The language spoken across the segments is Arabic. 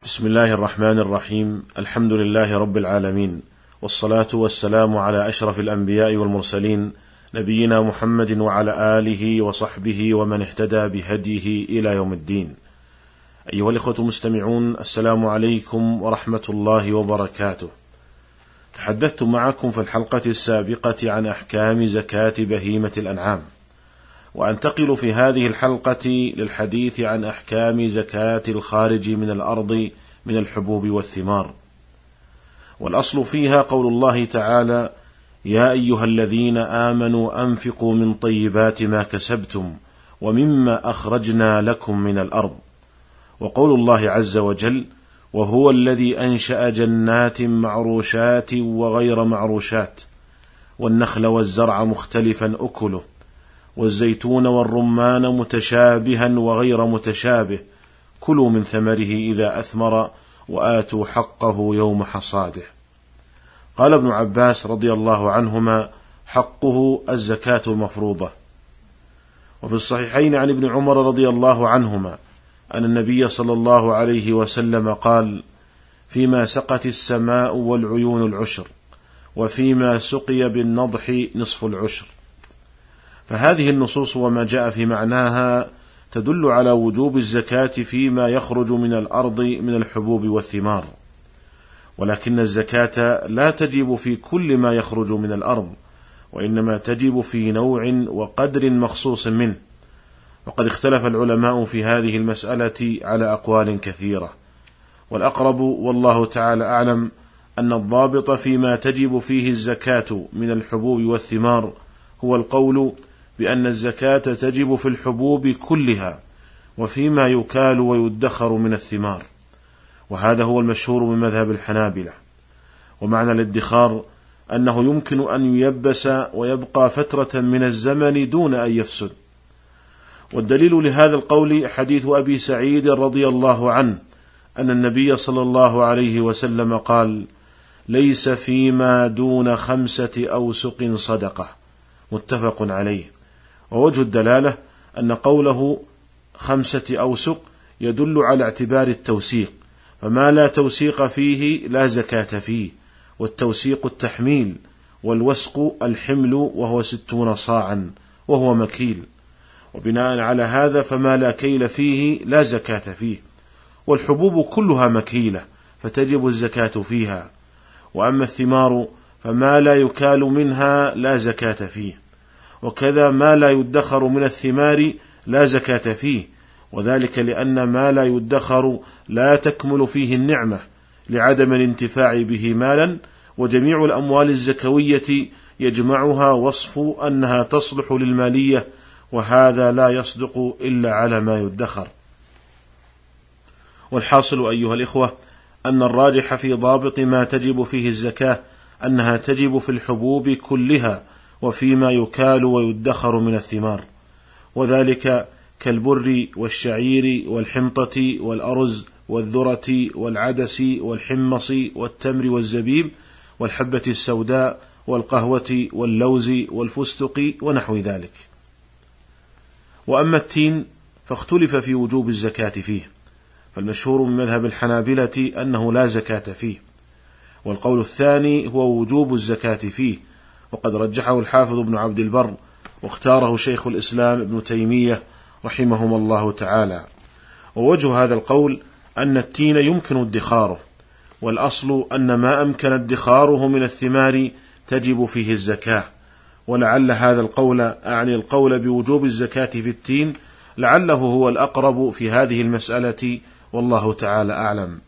بسم الله الرحمن الرحيم. الحمد لله رب العالمين، والصلاة والسلام على أشرف الأنبياء والمرسلين، نبينا محمد وعلى آله وصحبه ومن اهتدى بهديه إلى يوم الدين. أيها الإخوة المستمعون، السلام عليكم ورحمة الله وبركاته. تحدثت معكم في الحلقة السابقة عن أحكام زكاة بهيمة الأنعام، وأنتقل في هذه الحلقة للحديث عن أحكام زكاة الخارج من الأرض من الحبوب والثمار. والأصل فيها قول الله تعالى: يا أيها الذين آمنوا أنفقوا من طيبات ما كسبتم ومما أخرجنا لكم من الأرض. وقول الله عز وجل: وهو الذي أنشأ جنات معروشات وغير معروشات والنخل والزرع مختلفا أكله والزيتون والرمان متشابها وغير متشابه كلوا من ثمره إذا أثمر وآتوا حقه يوم حصاده. قال ابن عباس رضي الله عنهما: حقه الزكاة المفروضة. وفي الصحيحين عن ابن عمر رضي الله عنهما أن النبي صلى الله عليه وسلم قال: فيما سقت السماء والعيون العشر، وفيما سقي بالنضح نصف العشر. فهذه النصوص وما جاء في معناها تدل على وجوب الزكاة فيما يخرج من الأرض من الحبوب والثمار، ولكن الزكاة لا تجب في كل ما يخرج من الأرض، وإنما تجب في نوع وقدر مخصوص منه. وقد اختلف العلماء في هذه المسألة على أقوال كثيرة، والأقرب والله تعالى أعلم أن الضابط فيما تجب فيه الزكاة من الحبوب والثمار هو القول بأن الزكاة تجب في الحبوب كلها وفيما يكال ويدخر من الثمار، وهذا هو المشهور من مذهب الحنابلة. ومعنى الادخار أنه يمكن أن ييبس ويبقى فترة من الزمن دون أن يفسد. والدليل لهذا القول حديث أبي سعيد رضي الله عنه أن النبي صلى الله عليه وسلم قال: ليس فيما دون 5 أوسق صدقة، متفق عليه. ووجه الدلالة أن قوله 5 أوسق يدل على اعتبار التوسيق، فما لا توسيق فيه لا زكاة فيه، والتوسيق التحميل، والوسق الحمل وهو 60 صاعا وهو مكيل. وبناء على هذا فما لا كيل فيه لا زكاة فيه، والحبوب كلها مكيلة فتجب الزكاة فيها. وأما الثمار فما لا يكال منها لا زكاة فيه، وكذا ما لا يدخر من الثمار لا زكاة فيه، وذلك لأن ما لا يدخر لا تكمل فيه النعمة لعدم الانتفاع به مالا، وجميع الأموال الزكوية يجمعها وصف أنها تصلح للمالية، وهذا لا يصدق إلا على ما يدخر. والحاصل أيها الإخوة أن الراجح في ضابط ما تجب فيه الزكاة أنها تجب في الحبوب كلها وفيما يكال ويدخر من الثمار، وذلك كالبر والشعير والحنطة والأرز والذرة والعدس والحمص والتمر والزبيب والحبة السوداء والقهوة واللوز والفستق ونحو ذلك. وأما التين فاختلف في وجوب الزكاة فيه، فالمشهور من مذهب الحنابلة أنه لا زكاة فيه، والقول الثاني هو وجوب الزكاة فيه، وقد رجحه الحافظ ابن عبد البر واختاره شيخ الإسلام ابن تيمية رحمهم الله تعالى. ووجه هذا القول أن التين يمكن ادخاره، والأصل أن ما أمكن ادخاره من الثمار تجب فيه الزكاة. ولعل هذا القول، أعني القول بوجوب الزكاة في التين، لعله هو الأقرب في هذه المسألة، والله تعالى أعلم.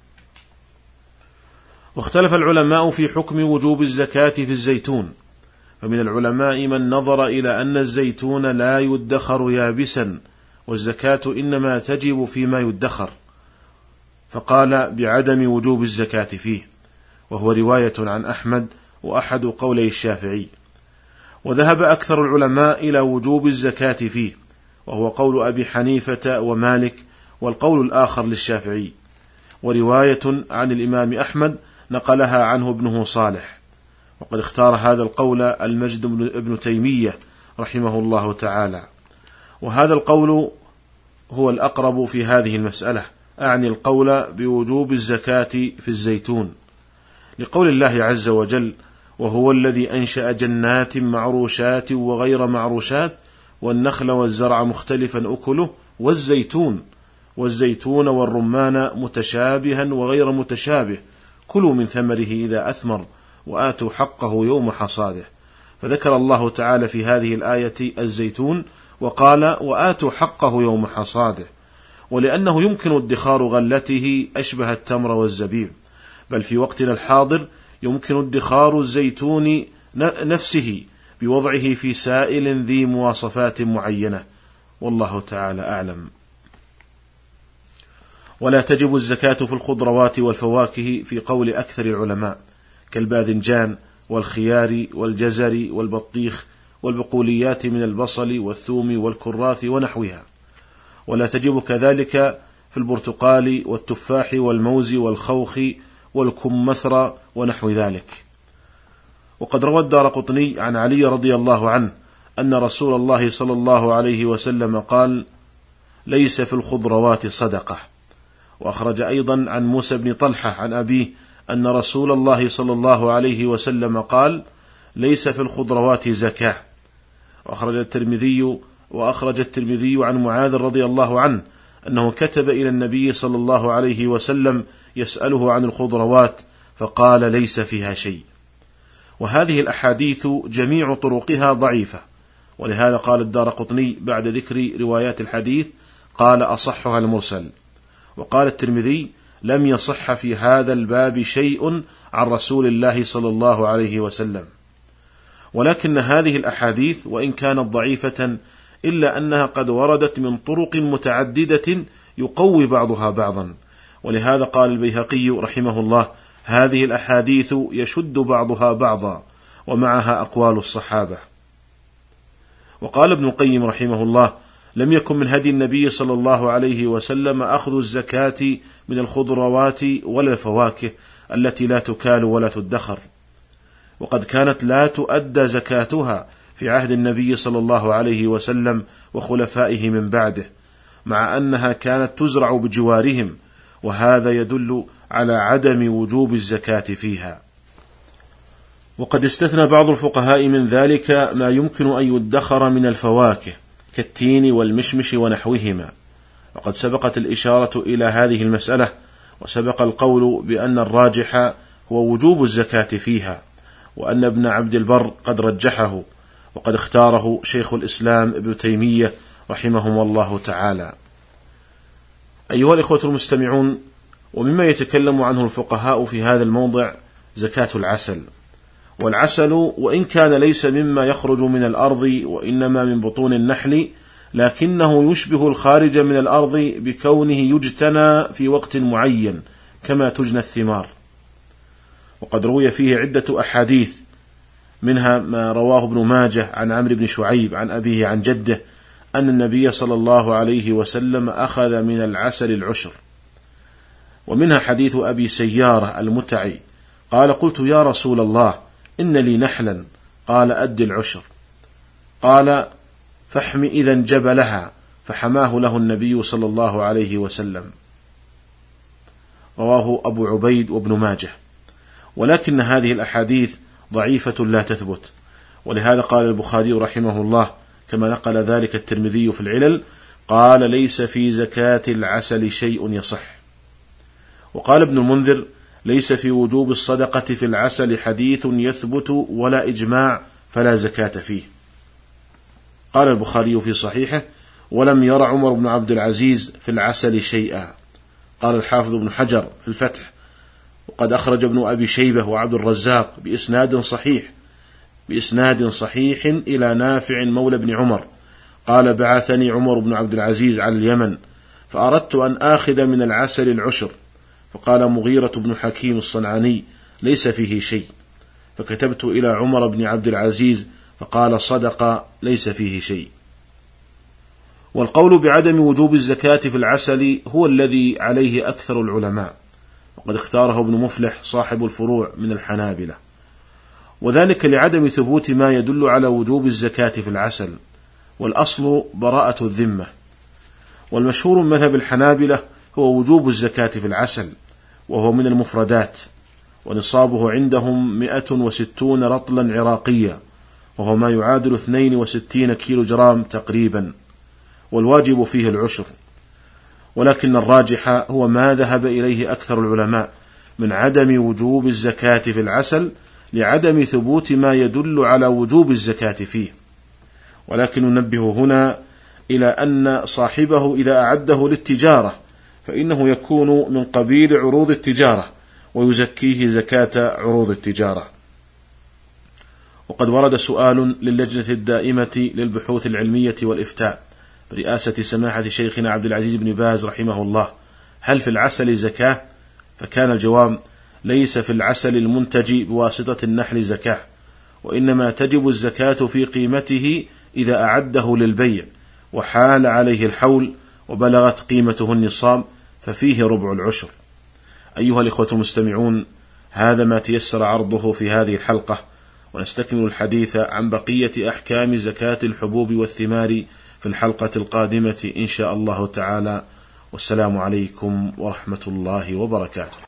واختلف العلماء في حكم وجوب الزكاة في الزيتون، فمن العلماء من نظر إلى أن الزيتون لا يدخر يابسا، والزكاة إنما تجب فيما يدخر، فقال بعدم وجوب الزكاة فيه، وهو رواية عن أحمد وأحد قولي الشافعي. وذهب أكثر العلماء إلى وجوب الزكاة فيه، وهو قول أبي حنيفة ومالك، والقول الآخر للشافعي. ورواية عن الإمام أحمد نقلها عنه ابنه صالح، وقد اختار هذا القول المجد ابن تيمية رحمه الله تعالى. وهذا القول هو الأقرب في هذه المسألة، أعني القول بوجوب الزكاة في الزيتون، لقول الله عز وجل: وهو الذي أنشأ جنات معروشات وغير معروشات والنخل والزرع مختلفا أكله والزيتون والرمان متشابها وغير متشابه كلوا من ثمره إذا أثمر وآتوا حقه يوم حصاده. فذكر الله تعالى في هذه الآية الزيتون وقال: وآتوا حقه يوم حصاده، ولأنه يمكن ادخار غلته أشبه التمر والزبيب، بل في وقتنا الحاضر يمكن ادخار الزيتون نفسه بوضعه في سائل ذي مواصفات معينة، والله تعالى أعلم. ولا تجب الزكاة في الخضروات والفواكه في قول أكثر العلماء، كالباذنجان والخيار والجزر والبطيخ والبقوليات من البصل والثوم والكراث ونحوها. ولا تجب كذلك في البرتقال والتفاح والموز والخوخ والكمثرى ونحو ذلك. وقد روى الدارقطني عن علي رضي الله عنه أن رسول الله صلى الله عليه وسلم قال: ليس في الخضروات صدقة. وأخرج أيضا عن موسى بن طلحة عن أبيه أن رسول الله صلى الله عليه وسلم قال: ليس في الخضروات زكاة. وأخرج الترمذي عن معاذ رضي الله عنه أنه كتب إلى النبي صلى الله عليه وسلم يسأله عن الخضروات فقال: ليس فيها شيء. وهذه الأحاديث جميع طرقها ضعيفة، ولهذا قال الدارقطني بعد ذكر روايات الحديث قال: أصحها المرسل. وقال الترمذي: لم يصح في هذا الباب شيء عن رسول الله صلى الله عليه وسلم. ولكن هذه الأحاديث وإن كانت ضعيفة إلا أنها قد وردت من طرق متعددة يقوي بعضها بعضا، ولهذا قال البيهقي رحمه الله: هذه الأحاديث يشد بعضها بعضا ومعها أقوال الصحابة. وقال ابن القيم رحمه الله: لم يكن من هدي النبي صلى الله عليه وسلم أخذ الزكاة من الخضروات ولا الفواكه التي لا تكال ولا تدخر، وقد كانت لا تؤدى زكاتها في عهد النبي صلى الله عليه وسلم وخلفائه من بعده، مع أنها كانت تزرع بجوارهم، وهذا يدل على عدم وجوب الزكاة فيها. وقد استثنى بعض الفقهاء من ذلك ما يمكن أن يدخر من الفواكه كالتين والمشمش ونحوهما، وقد سبقت الإشارة إلى هذه المسألة، وسبق القول بأن الراجح هو وجوب الزكاة فيها، وأن ابن عبد البر قد رجحه، وقد اختاره شيخ الإسلام ابن تيمية رحمهم الله تعالى. أيها الإخوة المستمعون، ومما يتكلم عنه الفقهاء في هذا الموضع زكاة العسل. والعسل وإن كان ليس مما يخرج من الأرض وإنما من بطون النحل، لكنه يشبه الخارج من الأرض بكونه يجتنى في وقت معين كما تجنى الثمار. وقد روي فيه عدة أحاديث، منها ما رواه ابن ماجه عن عمرو بن شعيب عن أبيه عن جده أن النبي صلى الله عليه وسلم أخذ من العسل العشر. ومنها حديث أبي سيارة المتعي قال: قلت يا رسول الله إن لي نحلا، قال: أد العشر. قال: فاحم إذا جبلها، فحماه له النبي صلى الله عليه وسلم. رواه أبو عبيد وابن ماجه. ولكن هذه الأحاديث ضعيفة لا تثبت، ولهذا قال البخاري رحمه الله كما نقل ذلك الترمذي في العلل قال: ليس في زكاة العسل شيء يصح. وقال ابن المنذر: ليس في وجوب الصدقة في العسل حديث يثبت ولا إجماع فلا زكاة فيه. قال البخاري في صحيحه: ولم ير عمر بن عبد العزيز في العسل شيئا. قال الحافظ ابن حجر في الفتح: وقد أخرج ابن أبي شيبة وعبد الرزاق بإسناد صحيح إلى نافع مولى بن عمر قال: بعثني عمر بن عبد العزيز على اليمن فأردت أن آخذ من العسل العشر، فقال مغيرة بن حكيم الصنعاني: ليس فيه شيء. فكتبت إلى عمر بن عبد العزيز فقال: صدق، ليس فيه شيء. والقول بعدم وجوب الزكاة في العسل هو الذي عليه أكثر العلماء، وقد اختاره ابن مفلح صاحب الفروع من الحنابلة، وذلك لعدم ثبوت ما يدل على وجوب الزكاة في العسل، والأصل براءة الذمة. والمشهور من مذهب الحنابلة هو وجوب الزكاة في العسل، وهو من المفردات، ونصابه عندهم 160 رطلا عراقية، وهو ما يعادل 62 كيلو جرام تقريبا، والواجب فيه العشر. ولكن الراجح هو ما ذهب إليه أكثر العلماء من عدم وجوب الزكاة في العسل، لعدم ثبوت ما يدل على وجوب الزكاة فيه. ولكن ننبه هنا إلى أن صاحبه إذا أعده للتجارة فإنه يكون من قبيل عروض التجارة، ويزكيه زكاة عروض التجارة. وقد ورد سؤال للجنة الدائمة للبحوث العلمية والإفتاء برئاسة سماحة شيخنا عبد العزيز بن باز رحمه الله: هل في العسل زكاة؟ فكان الجواب: ليس في العسل المنتج بواسطة النحل زكاة، وإنما تجب الزكاة في قيمته إذا أعده للبيع وحال عليه الحول وبلغت قيمته النصاب، ففيه ربع العشر. أيها الإخوة المستمعون، هذا ما تيسر عرضه في هذه الحلقة، ونستكمل الحديث عن بقية أحكام زكاة الحبوب والثمار في الحلقة القادمة إن شاء الله تعالى. والسلام عليكم ورحمة الله وبركاته.